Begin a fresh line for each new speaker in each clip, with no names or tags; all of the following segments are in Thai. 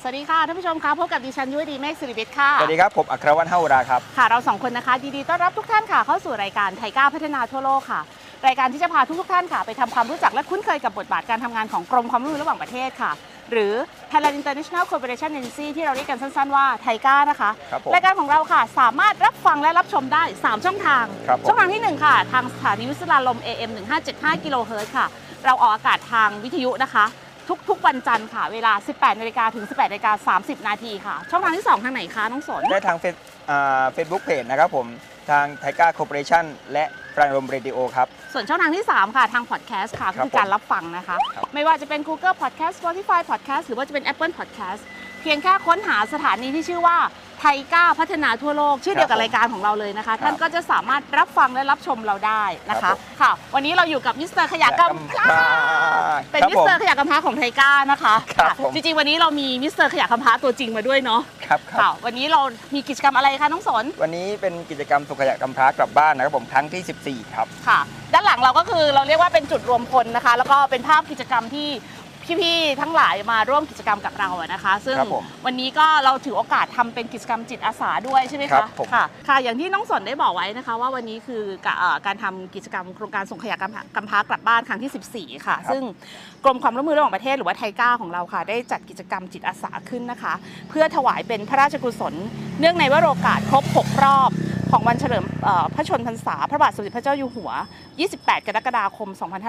สวัสดีค่ะท่านผู้ชมคะพบกับดิฉันยุ้ยดีเมฆสิริวิทย์ค่ะ
สวัสดีครับผมอัครวัฒน์เฮาราครับ
ค่ะเรา2คนนะคะดีๆต้อนรับทุกท่านค่ะเข้าสู่รายการไทก้าพัฒนาทั่วโลกค่ะรายการที่จะพาทุกท่านค่ะไปทำความรู้จักและคุ้นเคยกับบทบาทการทำงานของกรมความร่วมมือระหว่างประเทศค่ะหรือ Thailand International Cooperation Agency ที่เราเรียกกันสั้นๆว่าไทก้านะคะรายการของเราค่ะสามารถรับฟังและรับชมได้3ช่องทางช่องทางที่1ค่ะทางสถานีวิทยุลาลม AM 1575 กิโลเฮิรตซ์ค่ะเราออกอากาศทางวิทยุนะคะทุกวันจันทร์ค่ะเวลา 18 นาฬิกาถึง 18 นาฬิกา 30 นาทีค่ะช่องทางที่2ทางไหนคะน้องสน
ได้ทางFacebook Page นะครับผมทางไทก้าคอร์ปอเรชั่นและปรังลมเรดิโอครับ
ส่วนช่องทางที่3ค่ะทางพอดแคสต์ค่ะคือการรับฟังนะคะไม่ว่าจะเป็น Google Podcast Spotify Podcast หรือว่าจะเป็น Apple Podcast เพียงแค่ค้นหาสถานีที่ชื่อว่าไทก้าพัฒนาทั่วโลกชื่อเดียวกับรายการของเราเลยนะคะท่านก็จะสามารถรับฟังและรับชมเราได้นะคะค่ะวันนี้เราอยู่กับมิสเตอร์ขยะกำพร้าเป็นมิสเตอร์ขยะกำพร้าของไทก้านะคะจริงๆวันนี้เรามีมิสเตอร์ขยะกำพร้าตัวจริงมาด้วยเนาะค่ะวันนี้เรามีกิจกรรมอะไรคะน้องสน
วันนี้เป็นกิจกรรมส่งขยะกำพร้ากลับบ้านนะครับผมครั้งที่14ครับ
ค่ะด้านหลังเราก็คือเราเรียกว่าเป็นจุดรวมพลนะคะแล้วก็เป็นภาพกิจกรรมที่พี่ๆทั้งหลายมาร่วมกิจกรรมกับเราอะนะคะซึ่งวันนี้ก็เราถือโอกาสทำเป็นกิจกรรมจิตอาสาด้วยใช่ไหมคะค่ะอย่างที่น้องสนได้บอกไว้นะคะว่าวันนี้คือการทำกิจกรรมโครงการส่งขยะกำพร้ากลับบ้านครั้งที่14ค่ะซึ่งกรมความร่วมมือระหว่างประเทศหรือว่าไทก้าของเราค่ะได้จัดกิจกรรมจิตอาสาขึ้นนะคะเพื่อถวายเป็นพระราชกุศลเนื่องในวโรกาสครบ6 รอบของวันเฉลิมพระชนพรรษาพระบาทสมเด็จพระเจ้าอยู่หัว28 กรกฎาคม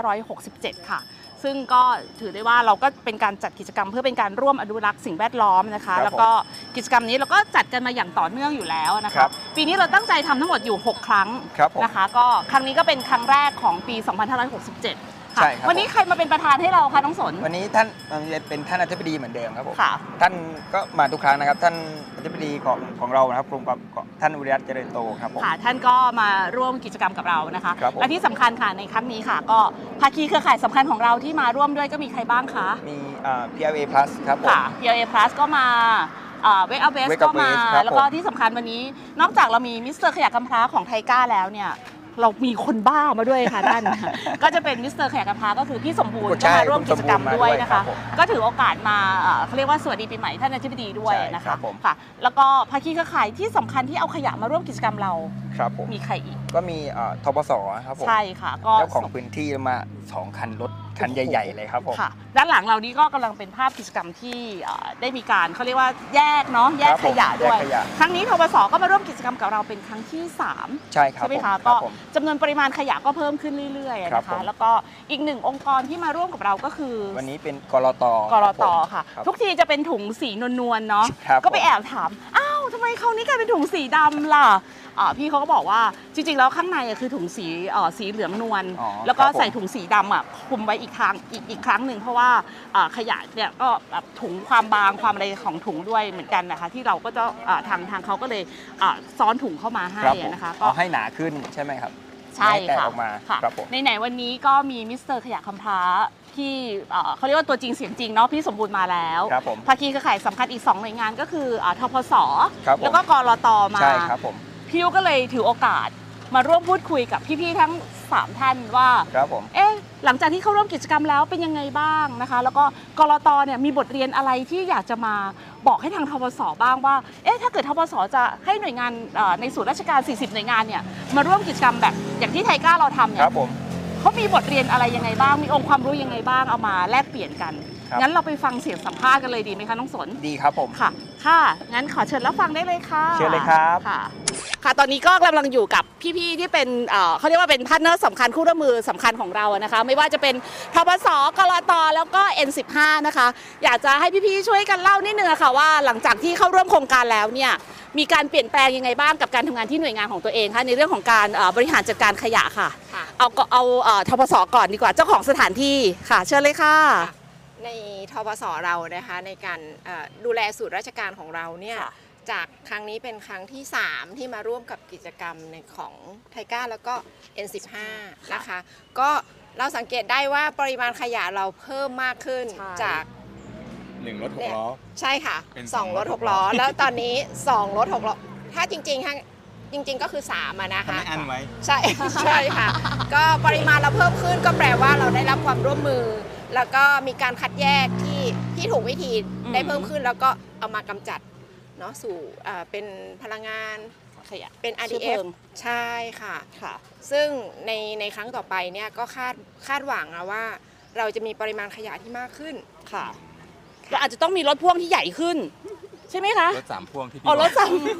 2567 ค่ะซึ่งก็ถือได้ว่าเราก็เป็นการจัดกิจกรรมเพื่อเป็นการร่วมอนุรักษ์สิ่งแวดล้อมนะคะแล้วก็กิจกรรมนี้เราก็จัดกันมาอย่างต่อเนื่องอยู่แล้วนะคะปีนี้เราตั้งใจทำทั้งหมดอยู่6 ครั้งนะคะก็ครั้งนี้ก็เป็นครั้งแรกของปี 2567วันนี้ใครมาเป็นประธานให้เราคะน้องสน
วันนี้ท่านเป็นท่านอธิบดีเหมือนเดิมครับผมท่านก็มาทุกครั้งนะครับท่านอธิบดีของเรานะครับกรมท่านอุริยัตเจริญโตครับผม
ท่านก็มาร่วมกิจกรรมกับเรานะคะและที่สำคัญค่ะในครั้งนี้ค่ะก็ภาคีเครือข่ายสำคัญของเราที่มาร่วมด้วยก็มีใครบ้างคะ
มีPLA Plus ครับผม
PLA Plus ก็มาเวกอัพเวสก็มาแล้วก็ที่สำคัญวันนี้นอกจากเรามีมิสเตอร์ขยะกำพร้าของไทก้าแล้วเนี่ยเรามีคนบ้ามาด้วยค่ะท่านก็จะเป็นมิสเตอร์ขยะกำพร้าก็คือพี่สมบูรณ์ก็มาร่วมกิจกรรมด้วยนะคะก็ถือโอกาสมาเขาเรียกว่าสวัสดีปีใหม่ท่านอธิบดีด้วยนะคะค่ะแล้วก็ภาคีเครือข่ายที่สำคัญที่เอาขยะมาร่วมกิจกรรมเรามีใครอีก
ก็มีทปสครับผม
ใช่ค่ะก็
เจ้าของพื้นที่มา2 คันรถคันใหญ่ๆเลยครับผม
ด้านหลังเรานี้ก็กำลังเป็นภาพกิจกรรมที่ได้มีการเขาเรียกว่าแยกเนาะแยกขยะด้วยครั้งนี้ทปสก็มาร่วมกิจกรรมกับเราเป็นครั้งที่3
ใช่ครับ
ใช่ไหมคะก็จำนวนปริมาณขยะก็เพิ่มขึ้นเรื่อยๆนะคะแล้วก็อีก1 องค์กรที่มาร่วมกับเราก็คือ
วันนี้เป็นกรต
ค่ะทุกทีจะเป็นถุงสีนวลๆเนาะก็ไปแอบถามอ้าวทำไมคราวนี้กลายเป็นถุงสีดำล่ะพี่เขาก็บอกว่าจริงๆแล้วข้างในคือถุงสีเหลืองนวลแล้วก็ใส่ถุงสีดำคลุมไว้อีกครั้งหนึ่งเพราะว่าขยะเนี่ยก็ถุงความบางความอะไรของถุงด้วยเหมือนกันนะคะที่เราก็จะทางเขาก็เลยซ้อนถุงเข้ามาให้นะคะ
ก็ให้หนาขึ้นใช่ไหมครับ
ใช่ค่ะ
ใน
ไหนวันนี้ก็มีมิสเตอร์ขยะคำพร้าที่เขาเรียกว่าตัวจริงเสียงจริงเนาะพี่สมบูรณ์มาแล้วภาคีเครือข่ายสำคัญอีก2 หน่วยงานก็คือทปสแล้วก็กรตมา
ใช่ครับผม
พี่ก็เลยถือโอกาสมาร่วมพูดคุยกับพี่ๆทั้ง3 ท่านว่าหลังจากที่เข้าร่วมกิจกรรมแล้วเป็นยังไงบ้างนะคะแล้วก็กรตเนี่ยมีบทเรียนอะไรที่อยากจะมาบอกให้ทางทปสบ้างว่าถ้าเกิดทปสจะให้หน่วยงานในส่วนราชการ40 หน่วยงานเนี่ยมาร่วมกิจกรรมแบบอย่างที่ไทก้าเราทำเนี่ยเขามีบทเรียนอะไรยังไงบ้างมีองค์ความรู้ยังไงบ้างเอามาแลกเปลี่ยนกันงั้นเราไปฟังเสียงสัมภาษณ์กันเลยดีไหมคะน้องสน
ดีครับผม
ค่ะงั้นขอเชิญรับฟังได้เลยค่ะ
เชิญเลยครับ
ค่ะตอนนี้ก็กำลังอยู่กับพี่ๆที่เป็นเขาเรียกว่าเป็นพาร์ทเนอร์สำคัญคู่ร่วมมือสำคัญของเรานะคะไม่ว่าจะเป็นทปสกรตแล้วก็ N15 นะคะอยากจะให้พี่ๆช่วยกันเล่านิดนึงค่ะว่าหลังจากที่เข้าร่วมโครงการแล้วเนี่ยมีการเปลี่ยนแปลงยังไงบ้างกับการทำงานที่หน่วยงานของตัวเองคะในเรื่องของการบริหารจัดการขยะค่ะเอาทปสก่อนดีกว่าเจ้าของสถานที่ค่ะเชิญเลยค่ะ
ในทปสเรานะคะในการดูแลศูนย์ราชการของเราเนี่ยจากครั้งนี้เป็นครั้งที่3ที่มาร่วมกับกิจกรรมในของไทก้าแล้วก็ N15 นะคะก็เราสังเกตได้ว่าปริมาณขยะเราเพิ่มมากขึ้นจาก
1 รถ 6 ล้อ
ใช่ค่ะ2 รถ 6 ล้อแล้วตอนนี้2 รถ 6 ล้อถ้าจริงก็คือ3นะคะ
อันไว้
ใช่ค่ะก็ปริมาณเราเพิ่มขึ้นก็แปลว่าเราได้รับความร่วมมือแล้วก็มีการคัดแยกที่ถูกวิธีได้เพิ่มขึ้นแล้วก็เอามากำจัดเนาะสู่เป็นพลังงาน
ขยะ
เป็น RDF ใช่ค่ะซึ่งในครั้งต่อไปเนี่ยก็คาดหวังนะว่าเราจะมีปริมาณขยะที่มากขึ้น
ค่ะเราอาจจะต้องมีรถพ่วงที่ใหญ่ขึ้นใช่ไหมคะ
รถ3 พ่วงที่พี่
รถ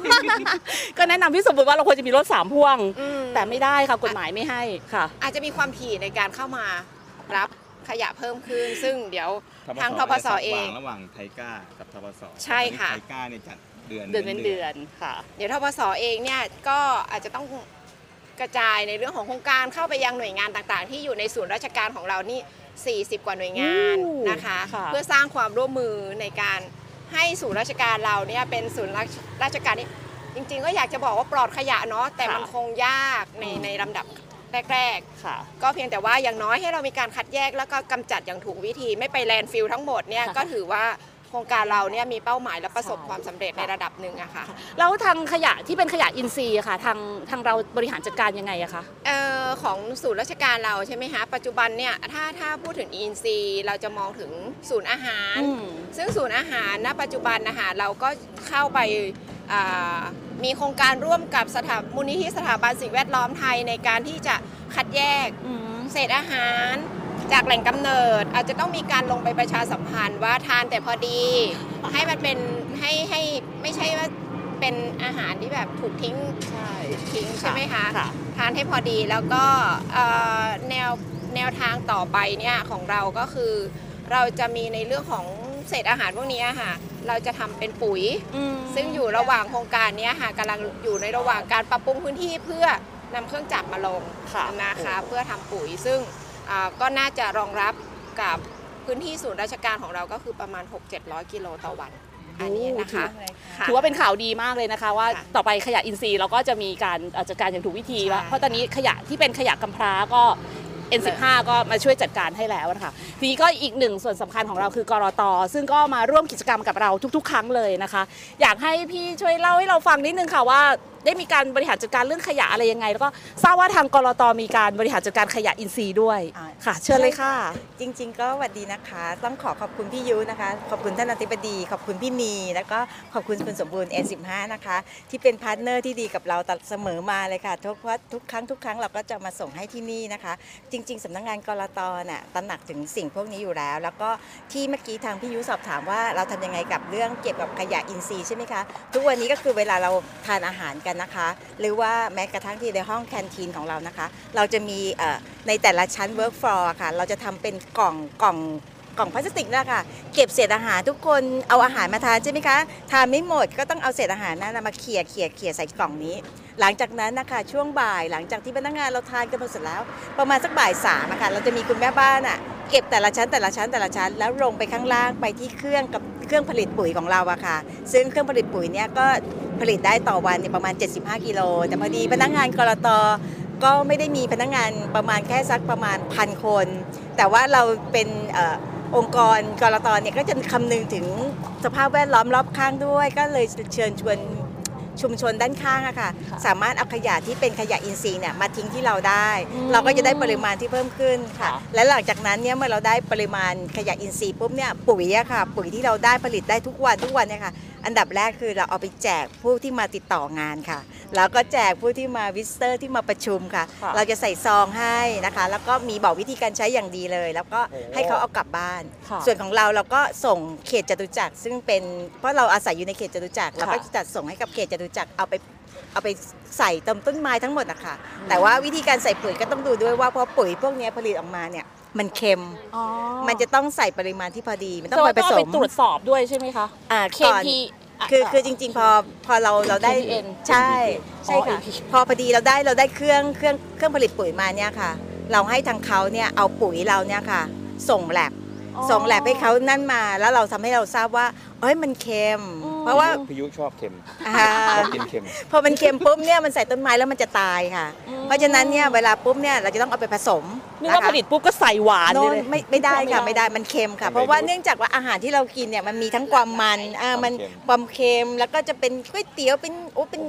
3 ก็แนะนำพี่สมบูรณ์ว่าเราควรจะมีรถ3 พ่วงแต่ไม่ได้ค่ะกฎหมายไม่ให้ค่ะ
อาจจะมีความถี่ในการเข้ามารับขยะเพิ่มขึ้นซึ่งเดี๋ยวทางทปส.เอง
ระหว่างไทก้ากับทปส.
ใช่ค่ะ
ไทก้าเนี่ยจัดเดื
อนค่ะเดี๋ยวทปส.เองเนี่ยก็อาจจะต้องกระจายในเรื่องของโครงการเข้าไปยังหน่วยงานต่างๆที่อยู่ในศูนย์ราชการของเรานี่40 กว่าหน่วยงานนะคะเพื่อสร้างความร่วมมือในการให้ศูนย์ราชการเราเนี่ยเป็นศูนย์ราชการนี่จริงๆก็อยากจะบอกว่าปลอดขยะเนาะแต่มันคงยากในลำดับแรกๆก็เพียงแต่ว่าอย่างน้อยให้เรามีการคัดแยกแล้วก็กำจัดอย่างถูกวิธีไม่ไปแลนด์ฟิลทั้งหมดเนี่ยก็ถือว่าโครงการเราเนี่ยมีเป้าหมายและประสบความสำเร็จในระดับหนึ่งอะค่ะ
แล้วทางขยะที่เป็นขยะอินทรีย์ค่ะทางเราบริหารจัดการยังไงอะคะ
ของศูนย์ราชการเราใช่ไหมคะปัจจุบันเนี่ยถ้าพูดถึงอินทรีย์เราจะมองถึงศูนย์อาหารซึ่งศูนย์อาหารณปัจจุบันนะคะเราก็เข้าไปมีโครงการร่วมกับมูลนิธิสถาบันสิ่งแวดล้อมไทยในการที่จะคัดแยกเศษอาหารจากแหล่งกำเนิดอาจจะต้องมีการลงไปประชาสัมพันธ์ว่าทานแต่พอดีให้มันเป็นให้ไม่ใช่ว่าเป็นอาหารที่แบบถูกทิ้งใช่ไหมคะทานให้พอดีแล้วก็แนวทางต่อไปเนี่ยของเราก็คือเราจะมีในเรื่องของเศษอาหารพวกนี้ค่ะเราจะทำเป็นปุ๋ยซึ่งอยู่ระหว่างโครงการนี้ค่ะกำลังอยู่ในระหว่างการปรับปรุงพื้นที่เพื่อนำเครื่องจักรมาลงนะคะเพื่อทำปุ๋ยซึ่งก็น่าจะรองรับกับพื้นที่ศูนย์ราชการของเราก็คือประมาณ 600-700 กิโลต่อวันอันนี้นะคะ
ถือว่าเป็นข่าวดีมากเลยนะคะว่าต่อไปขยะอินทรีย์เราก็จะมีการจัดการอย่างถูกวิธีแล้วเพราะตอนนี้ขยะที่เป็นขยะกำพร้าก็ N15 ก็มาช่วยจัดการให้แล้วนะคะทีนี้ก็อีกหนึ่งส่วนสำคัญของเราคือกรต.ซึ่งก็มาร่วมกิจกรรมกับเราทุกๆครั้งเลยนะคะอยากให้พี่ช่วยเล่าให้เราฟังนิดนึงค่ะว่าได้มีการบริหารจัดการเรื่องขยะอะไรยังไงแล้วก็ทราบว่าทางกรต.มีการบริหารจัดการขยะอินทรีย์ด้วยค่ะเชิญเลยค่ะ
จริงๆก็สวัสดีนะคะต้องขอบคุณพี่ยุนะคะขอบคุณท่านอธิบดีขอบคุณพี่นีแล้วก็ขอบคุณคุณสมบูรณ์ N15 นะคะที่เป็นพาร์ทเนอร์ที่ดีกับเราเสมอมาเลยค่ะทุกครั้งเราก็จะมาส่งให้ที่นี่นะคะจริงๆสำนักงานกรต.น่ะตระหนักถึงสิ่งพวกนี้อยู่แล้วแล้วก็ที่เมื่อกี้ทางพี่ยุสอบถามว่าเราทำยังไงกับเรื่องเกี่ยวกับขยะอินทรีย์ใช่ไหมคะทุกวันนี้ก็คือเวลาเราทานอาหารกันนะคะหรือว่าแม้กระทั่งที่ในห้องแคนทีนของเรานะคะเราจะมีในแต่ละชั้น work floor ค่ะเราจะทำเป็นกล่องพลาสติกนะคะเก็บเศษอาหารทุกคนเอาอาหารมาทานใช่ไหมคะทานไม่หมดก็ต้องเอาเศษอาหารนั้นมาเขี่ยใส่กล่องนี้หลังจากนั้นนะคะช่วงบ่ายหลังจากที่พนักงานเราทานกันหมดเสร็จแล้วประมาณสักบ่าย 3ค่ะเราจะมีคุณแม่บ้านเก็บแต่ละชั้นแล้วลงไปข้างล่างไปที่เครื่องผลิตปุ๋ยของเราอะค่ะซึ่งเครื่องผลิตปุ๋ยเนี่ยก็ผลิตได้ต่อวันประมาณ75 กิโลแต่พอดีพนักงานกรต.ก็ไม่ได้มีพนักงานประมาณแค่สักประมาณ1,000 คนแต่ว่าเราเป็นองค์กรกรต.เนี่ยก็จะคำนึงถึงสภาพแวดล้อมรอบข้างด้วยก็เลยเชิญชวนชุมชนด้านข้างอะค่ะสามารถเอาขยะที่เป็นขยะอินทรีย์เนี่ยมาทิ้งที่เราได้เราก็จะได้ปริมาณที่เพิ่มขึ้นค่ะและหลังจากนั้นเนี่ยเมื่อเราได้ปริมาณขยะอินทรีย์ปุ๊บเนี่ยปุ๋ยอะค่ะปุ๋ยที่เราได้ผลิตได้ทุกวันเนี่ยค่ะอันดับแรกคือเราเอาไปแจกผู้ที่มาติดต่องานค่ะแล้วก็แจกผู้ที่มาวิสเตอร์ที่มาประชุมค่ะเราจะใส่ซองให้นะคะแล้วก็มีบอกวิธีการใช้อย่างดีเลยแล้วก็ให้เขาเอากลับบ้านส่วนของเราก็ส่งเขตจตุจักรซึ่งเป็นเพราะเราอาศัยอยู่ในเขตจตุจักรเราก็จะจัดส่งให้กับเขตจตุจักรเอาไปใส่เติมต้นไม้ทั้งหมดนะคะแต่ว่าวิธีการใส่ปุ๋ยก็ต้องดูด้วยว่าเพราะปุ๋ยพวกนี้ผลิตออกมาเนี่ยมันเค็มมันจะต้องใส่ปริมาณที่พอดีมันต้องไปผสม
ไปตรวจสอบด้วยใช่ไหมคะ
KPคือจริงๆพอเราได้ใช่ค่ะพอดีเราได้เครื่องผลิตปุ๋ยมาเนี่ยค่ะเราให้ทางเขาเนี่ยเอาปุ๋ยเราเนี่ยค่ะส่งแลบให้เขานั่นมาแล้วเราทำให้เราทราบว่ามันเค็มเพราะว่า
พี่ยุชอบเค็ม
ชอบกินเค็มพอมันเค็มปุ๊บเนี่ยมันใส่ต้นไม้แล้วมันจะตายค่ะเพราะฉะนั้นเนี่ยเวลาปุ๊บเนี่ยเราจะต้องเอาไปผสม
นึกว่าผลิตปุ๊บก็ใส่หวานเลย
ไม่ได้ค่ะไม่ได้มันเค็มค่ะเพราะว่าเนื่องจากว่าอาหารที่เรากินเนี่ยมันมีทั้งความมันความเค็มแล้วก็จะเป็นก๋วยเตี๋ยวเป็น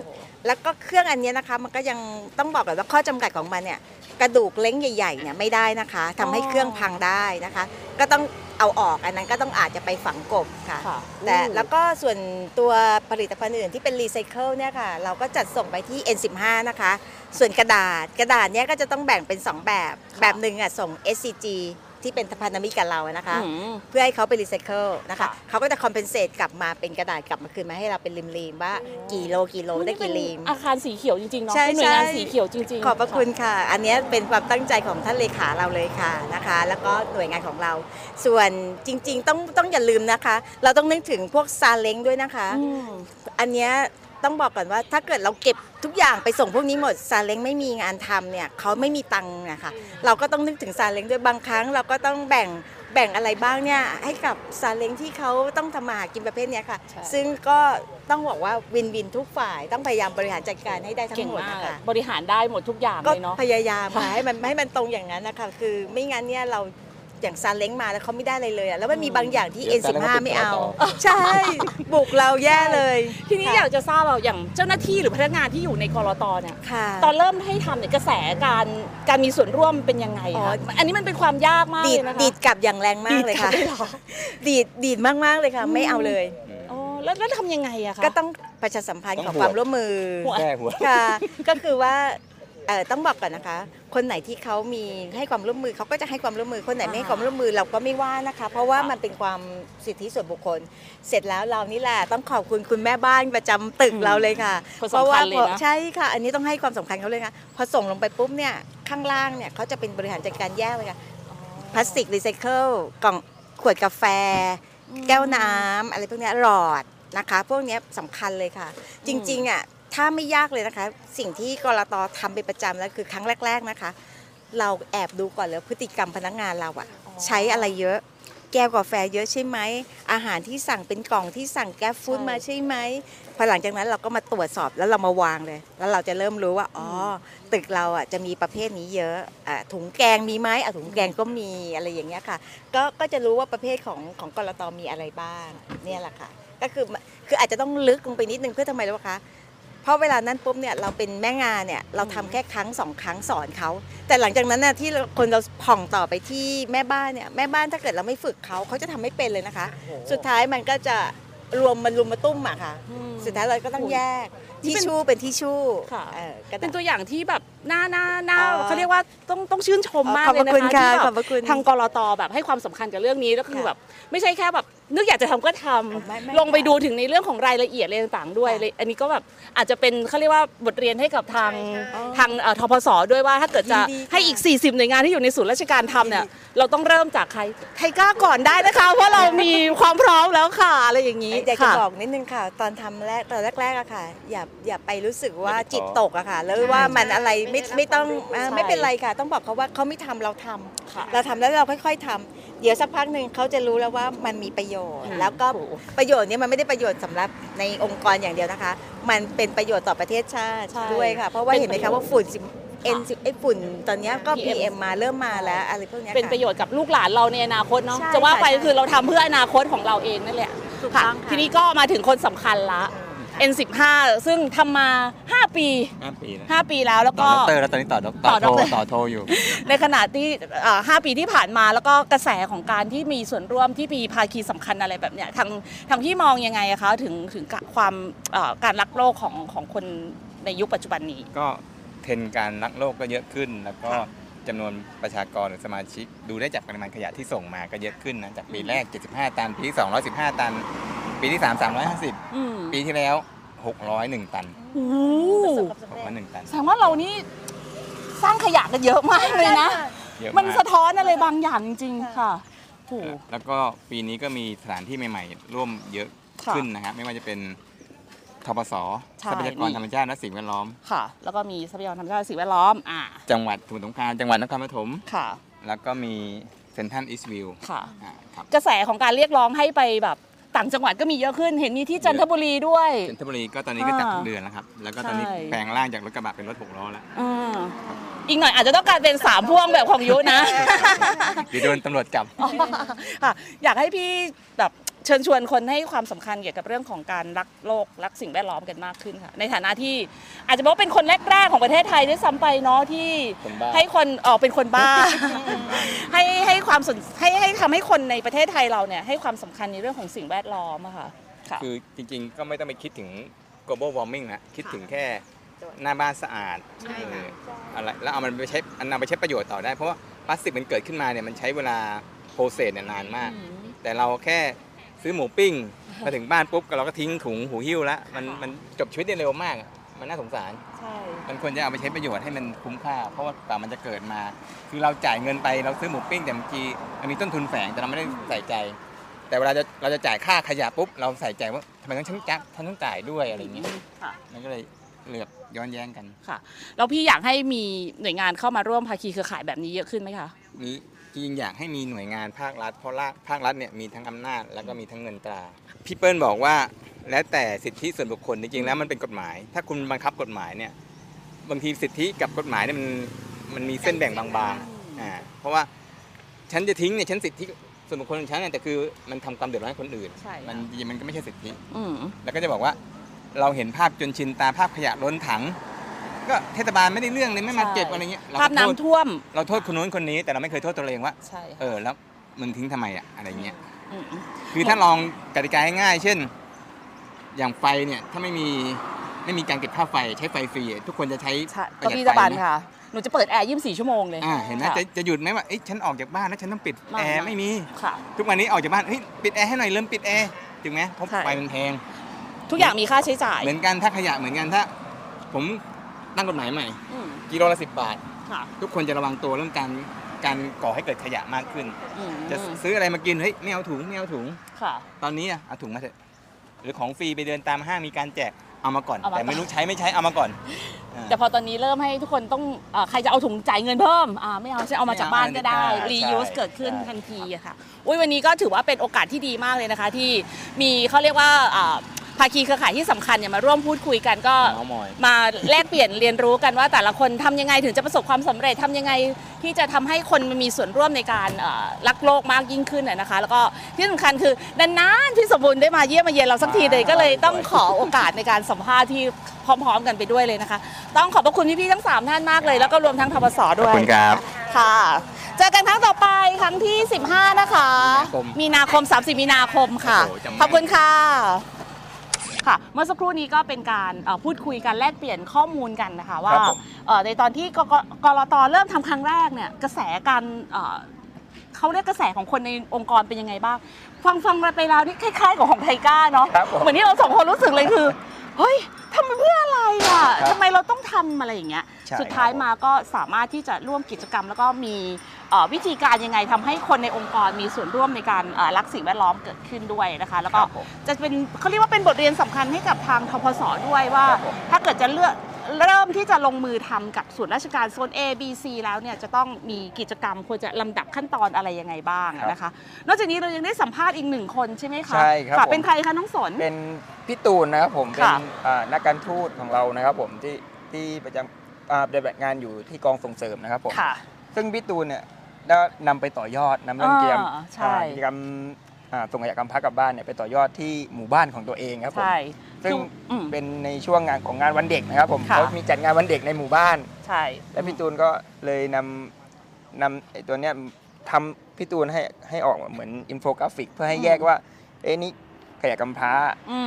แล้วก็เครื่องอันเนี้ยนะคะมันก็ยังต้องบอกก่อนว่าข้อจำกัดของมันเนี่ยกระดูกเล้งใหญ่ๆเนี่ยไม่ได้นะคะทำให้เครื่องพังได้นะคะ ก็ต้องเอาออกอันนั้นก็ต้องอาจจะไปฝังกลบค่ะ
ค่ะ
แต่แล้วก็ส่วนตัวผลิตภัณฑ์อื่นที่เป็นรีไซเคิลเนี่ยค่ะเราก็จัดส่งไปที่ N15 นะคะส่วนกระดาษเนี้ยก็จะต้องแบ่งเป็น2แบบแบบหนึ่งอ่ะส่ง SCG ที่เป็นพันธมิตรกับเรานะคะ เพื่อให้เขาไปรีไซเคิลนะคะ
ค่ะ
เขาก็จะคอมเพนเซตกลับมาเป็นกระดาษกลับมาคืนมาให้เราเป็นริมๆว่ากี่โลได้กี่ริม
อาคารสีเขียวจริงๆเนาะ
ใช่
เป็นหน่วยงาน
ใช่
สีเขียวจริงๆ
ขอบพระคุณค่ะ อันเนี้ยเป็นความตั้งใจของท่านเลขาเราเลยค่ะนะคะ แล้วก็หน่วยงานของเรา ส่วนจริงๆต้องอย่าลืมนะคะ เราต้องนึกถึงพวกซาเล้งด้วยนะคะ อันเนี้ยต้องบอกก่อนว่าถ้าเกิดเราเก็บทุกอย่างไปส่งพวกนี้หมดซาเล้งไม่มีงานทำเนี่ยเขาไม่มีตังค์นะคะเราก็ต้องนึกถึงซาเล้งด้วยบางครั้งเราก็ต้องแบ่งอะไรบ้างเนี่ยให้กับซาเล้งที่เขาต้องทำมาหากินประเภทเนี้ยค่ะ
ใช่
ซึ่งก็ต้องบอกว่าวินทุกฝ่ายต้องพยายามบริหารจัดการให้ได้ทั้
เก่
ง
ง
หมด
มาก
นะคะ
บริหารได้หมดทุกอย่าง
ก็
เลยเนาะ
พยายามค่ะให้มันตรงอย่างนั้นนะคะคือไม่งั้นเนี่ยเราอย่างซาเล้งมาแล้วเขาไม่ได้อะไรเลยอะแล้วมันมีบางอย่างที่
เดี๋ยว
N15 ไม่เอา
ต่อ
ใช่บุกเราแย่เลย
ทีนี้อยากจะทราบว่าอย่างเจ้าหน้าที่หรือพนักงานที่อยู่ในกรตเนี่ย
ค่ะ
ตอนเริ่มให้ทำเนี่ยกระแสการมีส่วนร่วมเป็นยังไง
อ๋อ
คะอันนี้มันเป็นความยากมาก
ดี
เล
ด
ยนะคะ
ดีดกลับอย่างแรงมากเลยค่ะ
ดีดกลับได้เหรอ
ดีดมากๆเลยค่ะ ไม่เอาเลย
อ๋อแล้วทำยังไงอะคะ
ก็ต้องประชาสัมพันธ์
ต้อง
ขอ
บวช
ความร่วมมือ
แก้หัว
ค่ะ ก็คือว่าต้องบอกก่อนนะคะ คนไหนที่เขามีให้ความร่วมมือเขาก็จะให้ความร่วมมือคนไหนไม่ให้ความร่วมมือเราก็ไม่ว่านะคะ เพราะว่ามันเป็นความสิทธิส่วนบุคคล เสร็จแล้วเรานี่แหละต้องขอบคุณคุณแม่บ้านประจำตึกเราเลยค่ะ
คน
เพราะ
สำ
ว่า
คัญเลยนะ
ใช่ค่ะ อันนี้ต้องให้ความสำคัญเขาเลยค่ะพอส่งลงไปปุ๊บเนี่ยข้างล่างเนี่ยเขาจะเป็นบริหารจัดการแยกเลยค่ะพลาสติกรีไซเคิลกล่องขวดกาแฟ แก้วน้ำอะไรพวกเนี้ยหลอดนะคะ พวกเนี้ยสำคัญเลยค่ะ จริงๆอ่ะถ้าไม่ยากเลยนะคะ สิ่งที่กลตทำเป็นประจำแล้วคือครั้งแรก ๆนะคะ เราแอบดูก่อนแล้วพฤติกรรมพนักงานเราอ่ะใช้อะไรเยอะแก้วกาแฟเยอะใช่ไหมอาหารที่สั่งเป็นกล่องที่สั่งแก๊ปฟู้ดมาใช่ไหมพอหลังจากนั้นเราก็มาตรวจสอบแล้วเรามาวางเลย แล้วเราจะเริ่มรู้ว่าอ๋อตึกเราอ่ะจะมีประเภทนี้เยอะถุงแกงมีไหมถุงแกงก็มีอะไรอย่างเงี้ยค่ะก็จะรู้ว่าประเภทของกลตมีอะไรบ้างเนี่ยแหละค่ะก็คืออาจจะต้องลึกลงไปนิดนึงเพื่อทำไมรู้ไหมคะเพราะเวลานั้นปุ๊บเนี่ยเราเป็นแม่งานเนี่ยเราทำแค่ครั้ง2 ครั้งสอนเขาแต่หลังจากนั้นน่ะที่คนเราผ่องต่อไปที่แม่บ้านเนี่ยแม่บ้านถ้าเกิดเราไม่ฝึกเขาจะทำไม่เป็นเลยนะคะ สุดท้ายมันก็จะรุมมาตุ้มอะค่ะ สุดท้ายเราก็ต้องแยกทิชชู่เป็นทิชชู่
ค่ะ
กระดาษ
เป็นตัวอย่างที่แบบน่า
อ๋อ
เขาเรียกว่าต้องชื่นชมมาก
ขอบ
เล
พ
ย
ระ
นะ
คุณ
คะ
ค่ะ
ที่
ขอบพระคุณ
ทางกรตแบบให้ความสำคัญกับเรื่องนี้แล้วคือ
ค่ะ
แบบไม่ใช่แค่แบบนึกอยากจะทำก็ทำ
ไม่
ลงไปดูถึงในเรื่องของรายละเอียดอะไรต่างๆด้วย
ค่ะ
เลยอันนี้ก็แบบอาจจะเป็นเขาเรียกว่าบทเรียนให้กับทาง
อ๋อ
ทางทปสด้วยว่าถ้าเกิดจะ
ดีๆค่ะ
ให้อีก 40 หน่วยงานที่อยู่ในศูนย์ราชการทำเนี่ยเราต้องเริ่มจากใครไทก้าก่อนได้นะคะ เพราะเรามีความพร้อมแล้วค่ะอะไรอย่างนี้
อยากจะ
ค่ะ
บอกนิดนึงค่ะ ตอนทำตอนแรกๆอะค่ะ อย่าไปรู้สึกว่า
ไม่ได้ท้อ
จิตตกอะค่ะ แล้วว่ามันอะไรไม่ต้องไม่เป็นไรค่ะ ต้องบอกเขาว่าเขาไม่ทำเราทำ
ค่ะ
เราทำแล้วเราค่อยๆทำเดี๋ยวสักพักหนึ่งเขาจะรู้แล้วว่ามันมีประโยชน์ แล้วก็ประโยชน์เนี้มันไม่ได้ประโยชน์สำหรับในองค์กรอย่างเดียวนะคะ มันเป็นประโยชน์ต่อประเทศชาติ
ใช่
ด้วยค่ะ เพราะว่า
เป็น
เห็นไหม
ประ
คะ
โยชน์
ว่าฝุ่นN10ไอ้ฝุ่นตอนเนี้ยก็
PM
PM มาเริ่มมาแล้วอะไรพวกเนี้ย
เป็น
ค่
ประโยชน์กับลูกหลานเราในอนาคตเนาะ
ใช่
จะว่าไป
ค่ะ
ก็คือเราทำเพื่ออนาคตของเราเองนั่นแหละ
ถูก
ค่ะ
ต้องค่ะ
ทีนี้ก็มาถึงคนสำคัญละ N15 ซึ่งทำมา 5 ปี
5 ปีนะ
5 ปีแล้วแล้ว
ต่
ก็
อดรแล้วตอนนี้ต่อ
ต่อ
โท
ด็อกเตอร์
ต่อโทอยู่
ในขณะที่5 ปีที่ผ่านมาแล้วก็กระแสของการที่มีส่วนร่วมที่มีภาคีสำคัญอะไรแบบเนี้ยทางพี่มองยังไงอะคะถึงความการรักโลกของคนในยุคปัจจุบันนี้
ก็เทรนด์การรักโลกก็เยอะขึ้น แล้วก็จำนวนประชากรหรือสมาชิก ดูได้จากปริมาณขยะที่ส่งมาก็เยอะขึ้นนะจากปีแรก 75 ตัน ปีที่ 215 ตัน ปีที่ 3 350 ปีที่แล้ว 601 ตัน
โอ้โห
601 ตัน
แสดงว่าเรานี่สร้างขยะกันเยอะมากเลยนะ
เยอะ
มัน
มาก
สะท้อนอะไรบางอย่างจริงๆค่ะโอ้โห
แล้วก็ปีนี้ก็มีสถานที่ใหม่ๆ ร่วมเยอะ
ค่ะ
ขึ้นนะฮะไม่ว่าจะเป็นทปส
ใช่
ทรัพยากรธรรมชาติและสิ่งแวดล้อม
ค่ะ แล้วก็มีทรัพยากรธรรมชาติและสิ่งแวดล้อม
จังหวัดสมุทรสงครามจังหวัดนครปฐม
ค่ะ
แล้วก็มีเซนทรัลอีสต์วิว
ค่ะ
ครับ
กระแสของการเรียกร้องให้ไปแบบต่างจังหวัดก็มีเยอะขึ้น เห็นมีที่จันทบุรีด้วย
จันทบุรีก็ตอนนี้ก็จัดทุกเดือนแล้วครับ แล้วก็ตอนนี้
ใช่
แปลงร่างจากรถกระบะเป็นรถ6 ล้อแล้ว
อ่าอีกหน่อยอาจจะต้องการเป็น3 พ่วงแบบของยุนะ
เดี๋ยวโดนตำรวจจับ
ค่ะอยากให้พี่แบบเชิญชวนคนให้ความสำคัญเกี่ยวกับเรื่องของการรักโลกรักสิ่งแวดล้อมกันมากขึ้นค่ะในฐานะที่อาจจะบอกว่าเป็นคนแรกๆของประเทศไทยด้วยซ้ำไปเนาะที่ให้คนเป็นคนบ้า ให้ความสนให้ทำให้คนในประเทศไทยเราเนี่ยให้ความสำคัญในเรื่องของสิ่งแวดล้อมอะค่ะ
คือจริงๆก็ไม่ต้องไปคิดถึง global warming นะคิดถึงแค่หน้าบ้านสะอาดอะไรแล้วเอามันไปใช้นำไปใช้ประโยชน์ต่อได้เพราะว่าพลาสติกมันเกิดขึ้นมาเนี่ยมันใช้เวลาโปรเซสเนี่ยนานมากแต่เราแค่ซื้อหมูปิ้งมาถึงบ้านปุ๊บเราก็ทิ้งถุงหูหิ้วแล้วมันจบชีวิตได้เร็วมากมันน่าสงสารมันควรจะเอาไปใช้ประโยชน์ให้มันคุ้มค่าเพราะว่าต่อมันจะเกิดมาคือเราจ่ายเงินไปเราซื้อหมูปิ้งแต่บางทีมันมีต้นทุนแฝงแต่เราไม่ได้ใส่ใจแต่เวลาเราจะจ่ายค่าขยะปุ๊บเราใส่ใจว่าทำไมต้องฉันต้องจ่ายด้วยอะไรอย่างเงี้ยมันก็เลยเหลือบย้อนแย้งกัน
ค่ะแล้วพี่อยากให้มีหน่วยงานเข้ามาร่วมภาคีเครือข่ายแบบนี้เยอะขึ้นไหมคะ
มีจริงอยากให้มีหน่วยงานภาครัฐเพราะภาครัฐเนี่ยมีทั้งอำนาจแล้วก็มีทั้งเงินตราพี่เปิ้ลบอกว่าแล้วแต่สิทธิส่วนบุคคลจริงๆแล้วมันเป็นกฎหมายถ้าคุณบังคับกฎหมายเนี่ยบางทีสิทธิกับกฎหมายเนี่ยมันมีเส้นแบ่งบางๆเพราะว่าฉันจะทิ้งเนี่ยฉันสิทธิส่วนบุคคลของฉันเนี่ยแต่คือมันทำความเดือดร้อนให้คนอื่นมันก็ไม่ใช่สิทธิแล้วก็จะบอกว่าเราเห็นภาพจนชินตาภาพขยะล้นถังก็เทศบาลไม่ได้เรื่องเลยไม่มาเก็บอะไรเงี้ย
ภาพน้ำท่วม
เราโทษคนนู้นคนนี้แต่เราไม่เคยโทษตัวเองว่าแล้วมึงทิ้งทำไมอะไรเงี้ยคือถ้าลองกติกาง่ายๆเช่นอย่างไฟเนี่ยถ้าไม่มีการเก็บค่าไฟใช้ไฟฟรีทุกคนจะใช้
ประหยัดไฟค่ะหนูจะเปิดแอร์24 ชั่วโมงเลย
เห็นไหมจะหยุดไหมว่าฉันออกจากบ้านแล้วฉันต้องปิดแอร์ไม่มีทุกวันนี้ออกจากบ้านปิดแอร์ให้หน่อยเริ่มปิดแอร์ถึงไหมเพราะไฟมันแพง
ทุกอย่างมีค่าใช้จ่าย
เหมือนกันถ้าขยะเหมือนกันถ้าผมตั้งกฎหมายใหม่กิโลละ10 บาททุกคนจะระวังตัวเรื่องการก่อให้เกิดขยะมากขึ้นจะซื้ออะไรมากินไม่เอาถุงตอนนี้เอาถุงมาเถอะหรือของฟรีไปเดินตามห้างมีการแจกเอามาก่อนแต่ไม่รู้ใช้ไม่ใช้เอามาก่อน
แต่พอตอนนี้เริ่มให้ทุกคนต้องใครจะเอาถุงจ่ายเงินเพิ่มไม่เอาใช้เอามาจากบ้านก็ได้ reuse เกิดขึ้นทันทีอะค่ะวันนี้ก็ถือว่าเป็นโอกาสที่ดีมากเลยนะคะที่มีเขาเรียกว่าภาคีเครือข่ายที่สำคัญมาร่วมพูดคุยกันก็มาแลกเปลี่ยนเรียนรู้กันว่าแต่ละคนทำยังไงถึงจะประสบความสำเร็จทำยังไงที่จะทำให้คนมีส่วนร่วมในการรักโลกมากยิ่งขึ้นนะคะแล้วก็ที่สำคัญคือนานๆพี่สมบูรณ์ได้มาเยี่ยมมาเยียนเราสักทีเลยก็เลยต้องขอโอกาสในการสัมภาษณ์ที่พร้อมๆกันไปด้วยเลยนะคะต้องขอบพระคุณพี่ๆทั้ง3ท่านมากเลยแล้วก็รวมทั้งทปส.ด้วย
ขอบคุณครับ
ค่ะเจอกันครั้งต่อไปครั้งที่15นะคะมีนาคม30มีนาคมค่ะขอบคุณค่ะค่ะเมื่อสักครู่นี้ก็เป็นการพูดคุยกันแลกเปลี่ยนข้อมูลกันนะคะว่าในตอนที่กลต.เริ่มทำครั้งแรกเนี่ยกระแสการเขาเรียกกระแสของคนในองค์กรเป็นยังไงบ้างฟังไปแล้วนี่คล้ายๆกับของไทก้าเนาะเหมือนที่เรา2 คนรู้สึกเลยคือเฮ้ยทำเพื่ออะไรอ่ะทำไมเราต้องทำอะไรอย่างเงี้ยสุดท้ายมาก็สามารถที่จะร่วมกิจกรรมแล้วก็มีวิธีการยังไงทำให้คนในองค์กรมีส่วนร่วมในการรักสิ่งแวดล้อมเกิดขึ้นด้วยนะคะแล้วก็จะเป็นเขาเรียกว่าเป็นบทเรียนสำคัญให้กับทางทปส.ด้วยว่าถ้าเกิดจะเริ่มที่จะลงมือทำกับส่วนราชการโซน A B C แล้วเนี่ยจะต้องมีกิจกรรมควรจะลำดับขั้นตอนอะไรยังไงบ้างนะคะนอกจากนี้เรายังได้สัมภาษณ์อีก1 คนใช่ไหมคะ
ใช่ครับ
เป็นใครคะน้องสน
เป็นพี่ตูนนะครับผมเป็นนักการทูตของเรานะครับผมที่ประจำปฏิบัติงานอยู่ที่กองส่งเสริมนะครับผมซึ่งพี่ตูนเนี่ยได้นำไปต่อยอดนำเรื่องกิจกรรมส่งขยะกำพร้ากลับบ้านเนี่ยไปต่อยอดที่หมู่บ้านของตัวเองครับผมซึ่งเป็นในช่วงงานของงานวันเด็กนะครับผมเขามีจัดงานวันเด็กในหมู่บ้านและพี่ตูนก็เลยนำตัวเนี้ยทำพี่ตูนให้ออกเหมือนอินโฟกราฟิกเพื่อให้แยกว่านี่ขยะกำพร้า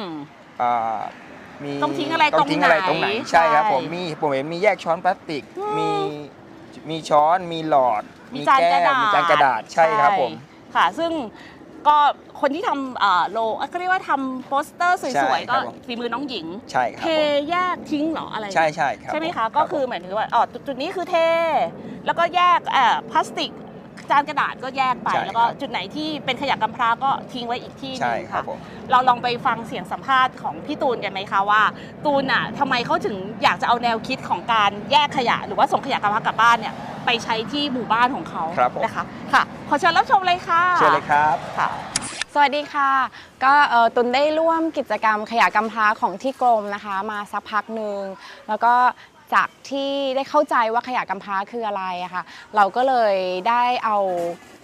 ต้องทิ้งอะไรตรงไหน
ใช่ครับผมเห็นมีแยกช้อนพลาสติกมีช้อนมีหลอดมีแก้วมีจานกระดาษใช่ครับผม
ค่ะซึ่งก็คนที่ทำโลก็เรียกว่าทำโปสเตอร์สวยๆก็ฝีมือน้องหญิง
ใช่ครับ
เทแยกทิ้งหรออะไร
ใช่ครับ
ใช่ไหมคะก็คือหมายถึงว่าจุดนี้คือเทแล้วก็แยกพลาสติกจานกระดาษก็แยกไปแล้วก็จุดไหนที่เป็นขยะกำพร้าก็ทิ้งไว้อีกที่นึงค่ะเราลองไปฟังเสียงสัมภาษณ์ของพี่ตูนกันไหมคะว่าตูนทำไมเขาถึงอยากจะเอาแนวคิดของการแยกขยะหรือว่าส่งขยะกำพร้ากลับบ้านเนี่ยไปใช้ที่หมู่บ้านของเขานะคะค่ะขอเชิญรับชมเลยค่ะ
เชิญเลยครับ
ค่ะ
สวัสดีค่ะก็ตุนได้ร่วมกิจกรรมขยะกำพร้าของที่กรมนะคะมาสักพักหนึ่งแล้วก็จากที่ได้เข้าใจว่าขยะกำพร้าคืออะไรอะค่ะเราก็เลยได้เอา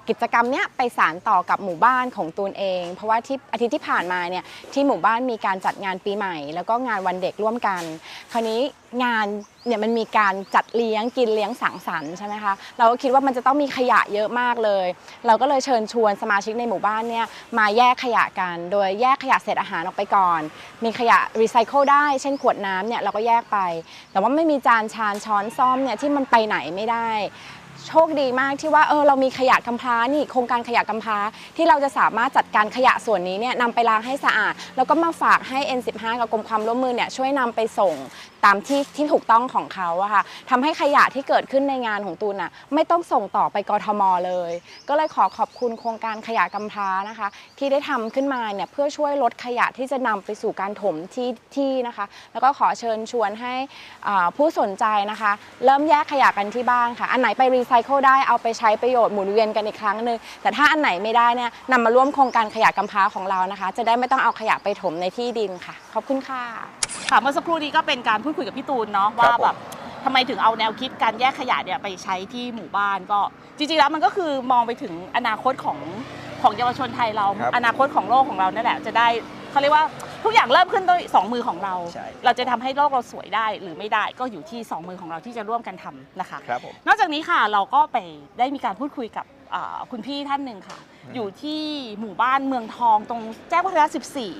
กิจกรรมเนี้ยไปสานต่อกับหมู่บ้านของตูนเองเพราะว่าที่อาทิตย์ที่ผ่านมาเนี่ยที่หมู่บ้านมีการจัดงานปีใหม่แล้วก็งานวันเด็กร่วมกันคราวนี้งานเนี่ยมันมีการจัดเลี้ยงกินเลี้ยงสังสรรค์ใช่ไหมคะเราก็คิดว่ามันจะต้องมีขยะเยอะมากเลยเราก็เลยเชิญชวนสมาชิกในหมู่บ้านเนี่ยมาแยกขยะกันโดยแยกขยะเศษอาหารออกไปก่อนมีขยะรีไซเคิลได้เช่นขวดน้ำเนี่ยเราก็แยกไปแต่ว่าไม่มีจานชามช้อนซ่อมเนี่ยที่มันไปไหนไม่ได้โชคดีมากที่ว่าเรามีขยะกำพร้านี่โครงการขยะกำพร้าที่เราจะสามารถจัดการขยะส่วนนี้เนี่ยนำไปล้างให้สะอาดแล้วก็มาฝากให้ N15 กับกรมความร่วมมือเนี่ยช่วยนำไปส่งตามที่ถูกต้องของเขาอะค่ะทำให้ขยะที่เกิดขึ้นในงานของตูนอะไม่ต้องส่งต่อไปกทมเลยก็เลยขอบคุณโครงการขยะกำพร้านะคะที่ได้ทำขึ้นมาเนี่ยเพื่อช่วยลดขยะที่จะนำไปสู่การถมที่นะคะแล้วก็ขอเชิญชวนให้ผู้สนใจนะคะเริ่มแยกขยะกันที่บ้านค่ะอันไหนไปรีไซเคิลได้เอาไปใช้ประโยชน์หมุนเวียนกันอีกครั้งหนึ่งแต่ถ้าอันไหนไม่ได้เนี่ยนำมาร่วมโครงการขยะกำพร้าของเรานะคะจะได้ไม่ต้องเอาขยะไปถมในที่ดินค่ะขอบคุณค่ะ
ค่ะเมื่อสักครู่นี้ก็เป็นการพูดคุยกับพี่ตูนเนาะว่าแบบทำไมถึงเอาแนวคิดการแยกขยะเนี่ยไปใช้ที่หมู่บ้านก็จริงๆแล้วมันก็คือมองไปถึงอนาคตของเยาวชนไทยเราอนาคตของโลกของเรานั่นแหละจะได้เขาเรียกว่าทุกอย่างเริ่มขึ้นด้วย2มือของเราเราจะทำให้โลกเราสวยได้หรือไม่ได้ก็อยู่ที่2มือของเราที่จะร่วมกันทำนะคะนอกจากนี้ค่ะเราก็ไปได้มีการพูดคุยกับคุณพี่ท่านหนึ่งค่ะอยู่ที่หมู่บ้านเมืองทองตรงแจ้งวัฒนะ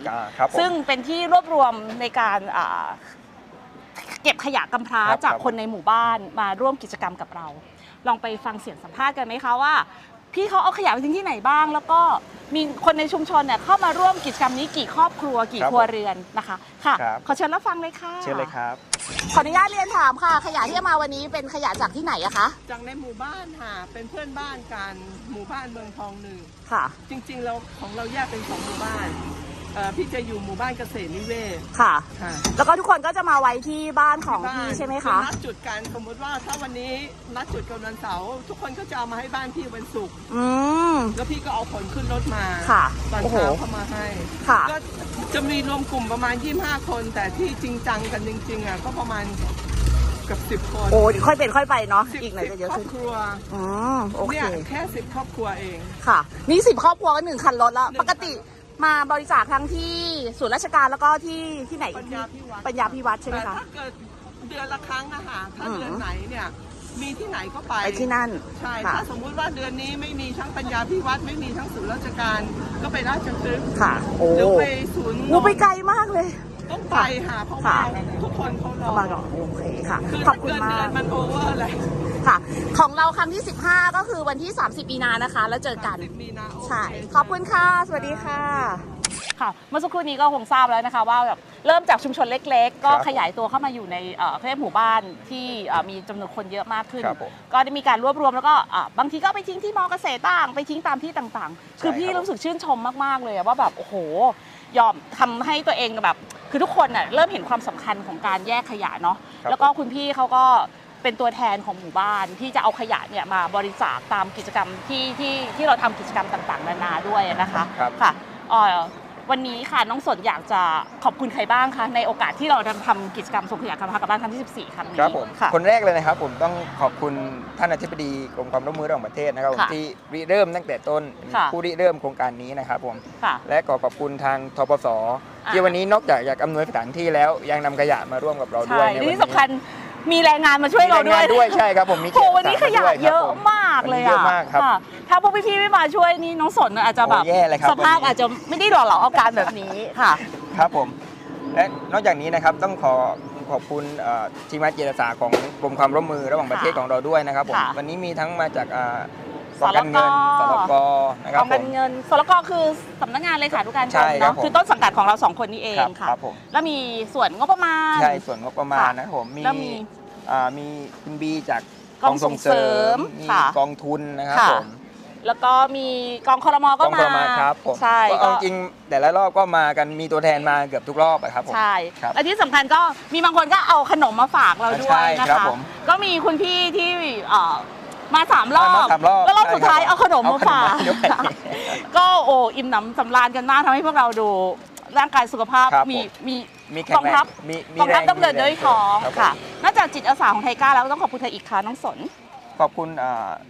14ซึ่งเป็นที่รวบรวมในการเก็บขยะกำพร้าจากคนในหมู่บ้านมาร่วมกิจกรรมกับเราลองไปฟังเสียงสัมภาษณ์กันไหมคะว่าพี่เขาเอาขยะไปทิ้งที่ไหนบ้างแล้วก็มีคนในชุมชนเนี่ยเข้ามาร่วมกิจกรรมนี้กี่ครอบครัวกี่ครัวเรือนนะคะค่ะขอเชิญรับฟังเลยค่ะ
เชิญเลยครับ
ขออนุญาตเรียนถามค่ะขยะที่มาวันนี้เป็นขยะจากที่ไหนอะคะ
จากในหมู่บ้านค่ะเป็นเพื่อนบ้านกันหมู่บ้านเมืองทองหนึ่ง
ค่ะ
จริงๆเราของเราแยกเป็น2หมู่บ้านพี่จะอยู่หมู่บ้านเกษตรนิเวศ
ค่ะแล้วก็ทุกคนก็จะมาไว้ที่บ้านของพี่ใช่ไหมคะ
นัดจุดกันสมมติว่าถ้าวันนี้นัดจุดกันวันเสาร์ทุกคนก็จะเอามาให้บ้านพี่วันศุกร์แล้วพี่ก็เอาผลขึ้นรถมาตอนเช้าเข้ามาให้ก็จะมีรวมกลุ่มประมาณ25คนแต่ที่จริงจังกันจริงๆอ่ะก็ประมาณกับ10คน
โอ้ค่อยเป็นค่อยไปเนาะอีกหน่อยจะเยอะขึ้น
ครอบครัว
โอเค
แค่10ครอบครัวเอง
ค่ะนี่10ครอบครัวก็1คันรถแล้วปกติมาบริจาคทั้งที่ศูนย์ราชการแล้วก็ที่ไหนปัญญาพิวัตรใช่ไหมคะ
ถ้าเกิดเดือนละครั้งนะคะถ้าเดือนไหนเนี่ยมีที่ไหนก็ไป
ที่นั่น
ใช่ถ้าสมมุติว่าเดือนนี้ไม่มีทั้งปัญญาพิวัตรไม่มีทั้งศูนย์ราชการก็ไปราชพฤกษ์
ค่ะ
หรือไปศูนย์
ไปไกลมากเลย
ต้องไปหาเพราะว่าทุกคนเขารอ
มาก่อนโอเคค่ะ
ขอบคุณมากมันโอเวอร์เลย
ค่ะของเราครั้งที่15ก็คือวันที่30มีนานะคะแล้วเจอกันใช่ขอบคุณค่ะสวัสดีค่ะค่ะเมื่อสักครู่นี้ก็คงทราบแล้วนะคะว่าแบบเริ่มจากชุมชนเล็กๆก็ขยายตัวเข้ามาอยู่ในหมู่บ้านที่มีจำนวนคนเยอะมากขึ้นก็ได้มีการรวบรวมแล้วก็บางทีก็ไปทิ้งที่มอเกษตรบ้างไปทิ้งตามที่ต่างๆคือพี่รู้สึกชื่นชมมากๆเลยว่าแบบโอ้โหยอมทำให้ตัวเองแบบคือทุกคนเริ่มเห็นความสำคัญของการแยกขยะเนาะแล้วก็คุณพี่เขาก็เป็นตัวแทนของหมู่บ้านที่จะเอาขยะเนี่ยมาบริจาคตามกิจกรรมที่เราทำกิจกรรมต่างๆนานาด้วยนะคะค่ะวันนี้ค่ะน้องสนอยากจะขอบคุณใครบ้างคะในโอกาสที่เราทำกิจกรรมส่งขยะกำพร้ากลับบ้านครั้งที่14ครั้งนี้
ครับผมคนแรกเลยนะครับผมต้องขอบคุณท่านอธิบดีกรมความร่วมมือระหว่างประเทศนะครับที่ริเริ่มตั้งแต่ต้นผู้ริเริ่มโครงการนี้นะครับผมและขอบคุณทางทปส.ที่วันนี้นอกจากอยากอำนวยสถานที่แล้วยังนำขยะมาร่วมกับเราด้วยใน
ที่สำคัญมีแรงงานมาช่วยเราด้วย
ใช่ครับผมมี
วันนี้ขยะเยอะมากเลยอ่ะถ้าพวกพี่ๆไม่มาช่วยนี่น้องสนอาจจะแบบสภาพอาจจะไม่ได้หล่อเหลาอาการแบบนี้ค่ะ
ครับผมและนอกจากนี้นะครับต้องขอบคุณทีมงานจิตอาสาของกรมความร่วมมือระหว่างประเทศของเราด้วยนะครับผมวันนี้มีทั้งมาจากกองการเงินสรกนะครับ
กองการเงินสรกคือสำนักงานเลขาธิการกรมเนาะคือต้นสังกัดของเรา2คนนี้เองค่ะแล้วมีส่วนงบประมาณ
ใช่ส่วนงบประมาณนะครับผมมีคุณบีจากกองส่งเสริมมีกองทุนนะครับผม
แล้วก็มีกองครม.ก็มา
ครับผมใช่ก็จริงแต่ละรอบก็มากันมีตัวแทนมาเกือบทุกรอบครับผม
ใช่และที่สำคัญก็มีบางคนก็เอาขนมมาฝากเราด้วยนะคะก็มีคุณพี่ที่มา3 รอบแล้วรอบสุดท้ายเอาขนมมาฝากก็อิ่มหนำสำราญกันมากทำให้พวกเราดูร่างกายสุขภาพมีกองทัพต้องเดินด้วยท้องค่ะนอกจากจิตอาสาของไทก้าแล้วต้องขอบคุณเธออีกค่ะน้องสน
ขอบคุณ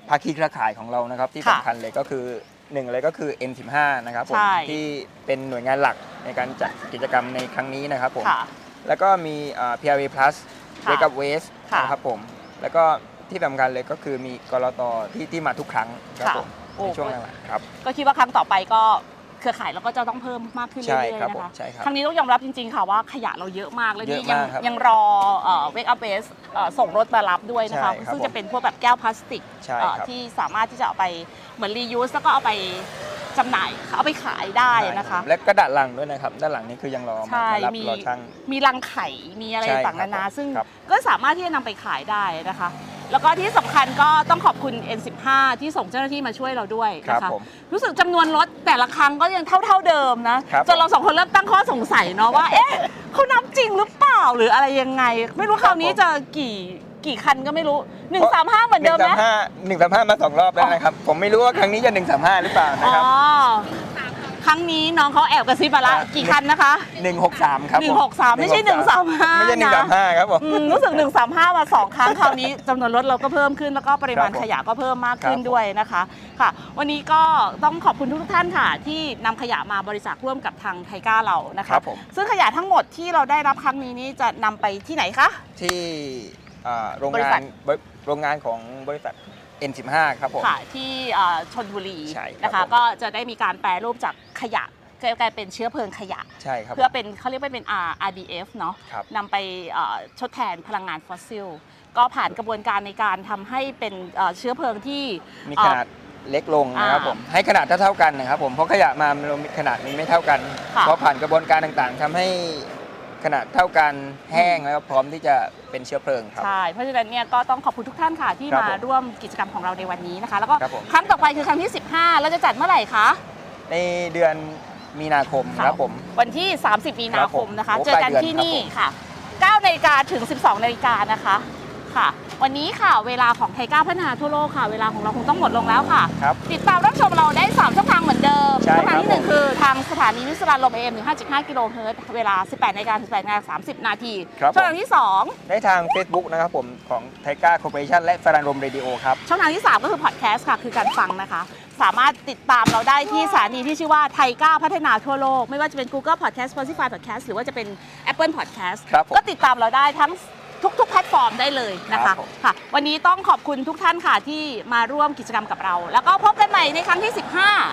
ภาคีเครือข่ายของเรานะครับที่สำคัญเลยก็คือหนึ่งเลยก็คือ N15 นะครับผมที่เป็นหน่วยงานหลักในการจัดกิจกรรมในครั้งนี้นะครับผมแล้วก็มีPRV Plus Wake Up Waste นะครับผมแล้วก็ที่สำคัญเลยก็คือมีกลต.ที่มาทุกครั้งครับผมในช่วงหลังๆครับ
ก็คิดว่าครั้งต่อไปก็เครือข่ายเราก็จะต้องเพิ่มมากขึ้นเรื่อยๆนะคะครั้งนี้ต้องยอมรับจริงๆค่ะว่าขยะเราเยอะมากและนี่ยังรอWake Up Waste ส่งรถมารับด้วยนะคะซึ่งจะเป็นพวกแบบแก้วพลาสติกที่สามารถที่จะเอาไปเหมือน reuse แล้วก็เอาไปจำหน่ายเอาไปขายได้นะคะ
และก็ด้านหลังด้วยนะครับด้านหลังนี้คือยังรอมารับรอช่าง
มีรังไข่มีอะไรต่างๆนานาซึ่งก็สามารถที่จะนำไปขายได้นะคะแล้วก็ที่สำคัญก็ต้องขอบคุณ N15 ที่ส่งเจ้าหน้าที่มาช่วยเราด้วยนะคะรู้สึกจำนวนรถแต่ละครั้งก็ยังเท่าเดิมนะจนเราสองคนเริ่มตั้งข้อสงสัยเนาะว่าเอ๊ะเขานับจริงหรือเปล่าหรืออะไรยังไงไม่รู้คราวนี้จะกี่คันก็ไม่รู้135เหมือนเดิมไหม
135มา2รอบแล้วนะครับผมไม่รู้ว่าครั้งนี้จะ135หรือเปล่านะครับ
ครั้งนี้น้องเขาแอบกระซิบมาละกี่คันนะคะ
163ครับ
163ไม่ใช่135
ไม่ใช่135ครับผม
รู้สึก135มา2ครั้งคราวนี้จำนวนรถเราก็เพิ่มขึ้นแล้วก็ปริมาณขยะก็เพิ่มมากขึ้นด้วยนะคะค่ะวันนี้ก็ต้องขอบคุณทุกท่านค่ะที่นำขยะมาบริจาคร่วมกับทางไทก้าเรานะคะซึ่งขยะทั้งหมดที่เราได้รับครั้งนี้นี่จะนำไปที่ไหนคะ
ที่โรงงานของบริษัทN15 ครับผม
ค่ะที่ชลบุรีนะคะก็จะได้มีการแปรรูปจากขยะกลายเป็นเชื้อเพลิงขยะ
ใช่ครับ
เพื่อเป็นเขาเรียกว่าเป็น RDF เนาะนำไปทดแทนพลังงานฟอสซิลก็ผ่านกระบวนการในการทำให้เป็นเชื้อเพลิงที่
มีขนาดเล็กลงนะครับผมให้ขนาดเท่ากันนะครับผมเพราะขยะมาขนาดมันไม่เท่ากันเพราะผ่านกระบวนการต่างๆทำให้ขนาดเท่ากันแห้งแล้วก็พร้อมที่จะเป็นเชื้อเพลิงครับ
ใช่เพราะฉะนั้นเนี่ยก็ต้องขอบคุณทุกท่านค่ะที่มาร่วมกิจกรรมของเราในวันนี้นะคะแล้วก็ครั้งต่อไปคือครั้งที่15เราจะจัดเมื่อไหร่คะ
ในเดือนมีนาคมครับผม
วันที่30มีนาคมนะคะเจอกันที่นี่ค่ะ9 นาฬิกาถึง 12 นาฬิกานะคะค่ะวันนี้ค่ะเวลาของไทก้าพัฒนาทั่วโลกค่ะเวลาของเราคงต้องหมดลงแล้วค่ะติดตามรับชมเราได้3ช่องทางเหมือนเดิมช่องทางที่1คือทางสถานีวิทยุลม AM 105.5 กิโลเฮิรตซ์เวลา 18 นาฬิกาถึง 18 นาฬิกา 30 นาทีช่องทางที่2
ได้ทาง Facebook นะครับผมของไทก้าคอร์ปอเรชั่นและสรานรมเรดิโอครับ
ช่องทางที่3ก็คือพอดแคสต์ค่ะคือการฟังนะคะสามารถติดตามเราได้ที่สถานีที่ชื่อว่าไทก้าพัฒนาทั่วโลกไม่ว่าจะเป็น Google Podcast Spotify Podcast หรือว่าจะเป็น Apple Podcast ก็ติดตามเราได้ทั้งทุกแพลตฟอร์มได้เลยนะคะค่ะวันนี้ต้องขอบคุณทุกท่านค่ะที่มาร่วมกิจกรรมกับเราแล้วก็พบกันใหม่ในครั้งที่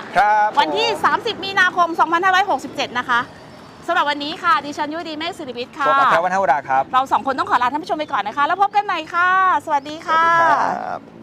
15วันที่30มีนาคม2567นะคะสำหรับวันนี้ค่ะดิฉันยุดีเมฆศิริวิทย์ค่ะ
ผมอัครวรรณวราครับ
เรา2คนต้องขอลาท่านผู้ชมไปก่อนนะคะแล้วพบกันใหม่ค่ะสวัสดีค่ะ